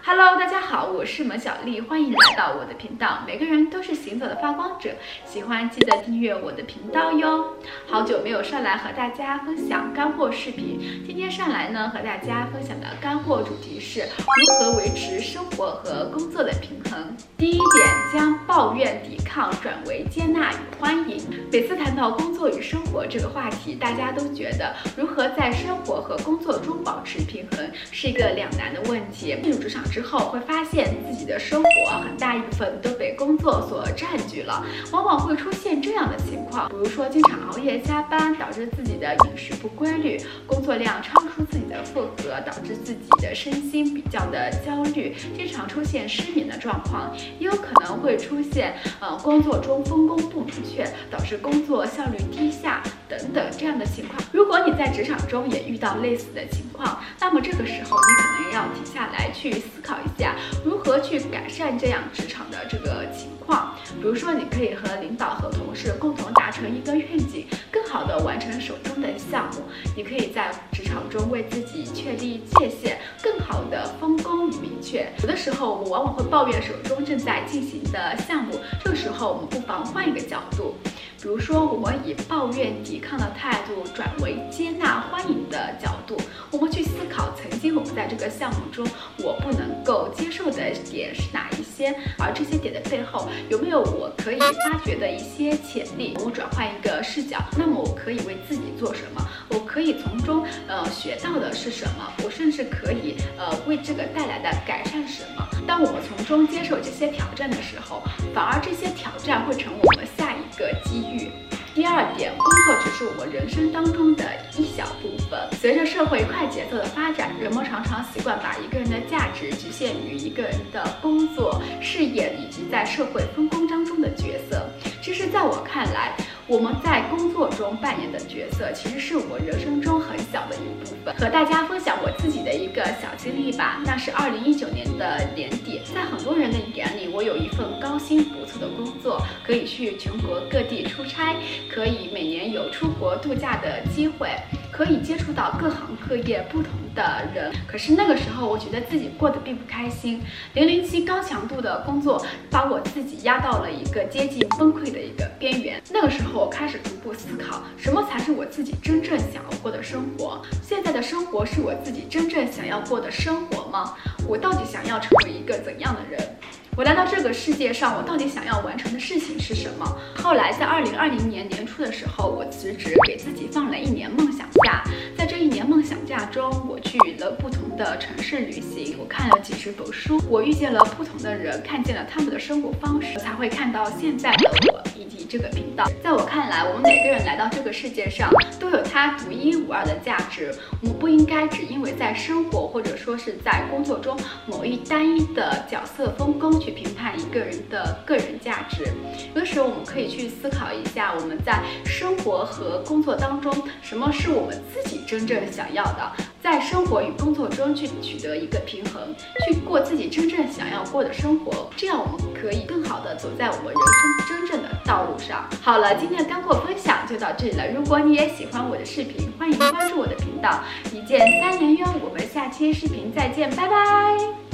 Hello， 大家好，我是萌小丽，欢迎来到我的频道。每个人都是行走的发光者，喜欢记得订阅我的频道哟。好久没有上来和大家分享干货视频，今天上来呢和大家分享的干货主题是如何维持生活和工作的平衡。第一点，将抱怨、抵抗转为接纳与欢迎。每次谈到工作与生活这个话题，大家都觉得如何在生活和工作中保持平衡是一个两难的问题。进入职场之后，会发现自己的生活很大一部分都被工作所占据了，往往会出现这样的情况，比如说经常熬夜加班，导致自己的饮食不规律，工作量超出自己的负荷，导致自己的身心比较的焦虑，经常出现失眠的状况，也有可能会出现工作中分工不明确，导致工作效率低下等等这样的情况。如果你在职场中也遇到类似的情况，那么这个时候你可能要停下来去思考一下，如何去改善这样职场的这个情况。比如说，你可以和领导和同事共同达成一个愿景，更好的完成手中的项目。你可以在职场中为自己确立界限，更好的分工与明确。有的时候，我们往往会抱怨手中正在进行的项目，这个时候我们不妨换一个角度。比如说，我们以抱怨、抵抗的态度转为接纳、欢迎的角度，我们去思考曾经我们在这个项目中我不能够接受的点是哪一些，而这些点的背后有没有我可以发掘的一些潜力。我转换一个视角，那么我可以为自己做什么？我可以从中学到的是什么？我甚至可以为这个带来的改善什么？当我们从中接受这些挑战的时候，反而这些挑战会成为我们下一个机遇。第二点，工作只是我们人生当中的一小部分。随着社会快节奏的发展，人们常常习惯把一个人的价值局限于一个人的工作、事业以及在社会分工当中的角色。其实，在我看来，我们在工作中扮演的角色，其实是我们人生中很小的一部分。和大家分享我自己的一个小经历吧。那是2019年的年底，在很多人的眼里，我有一份高薪不错的工作，可以去全国各地出差，可以每年有出国度假的机会，可以接触到各行各业不同的人。可是那个时候，我觉得自己过得并不开心。007高强度的工作把我自己压到了一个接近崩溃的一个边缘。那个时候，我开始逐步思考，什么才是我自己真正想要过的生活？现在的生活是我自己真正想要过的生活吗？我到底想要成为一个怎样的人？我来到这个世界上，我到底想要完成的事情是什么？后来在2020年年初的时候，我辞职，给自己放了1年梦想假。在这1年梦想假中，我去了不同的城市旅行，我看了几十本书，我遇见了不同的人，看见了他们的生活方式，我才会看到现在的我以及这个频道。在我看来，我们每个人来到这个世界上都有他独一无二的价值，我们不应该只因为在生活或者说是在工作中某一单一的角色分工去评判一个人的个人价值。有的时候我们可以去思考一下，我们在生活和工作当中，什么是我们自己真正想要的，在生活与工作中去取得一个平衡，去过自己真正想要过的生活，这样我们可以更好的走在我们人生真正的道路上。好了，今天的干货分享就到这里了。如果你也喜欢我的视频，欢迎关注我的频道，一键3连哟。我们下期视频再见，拜拜。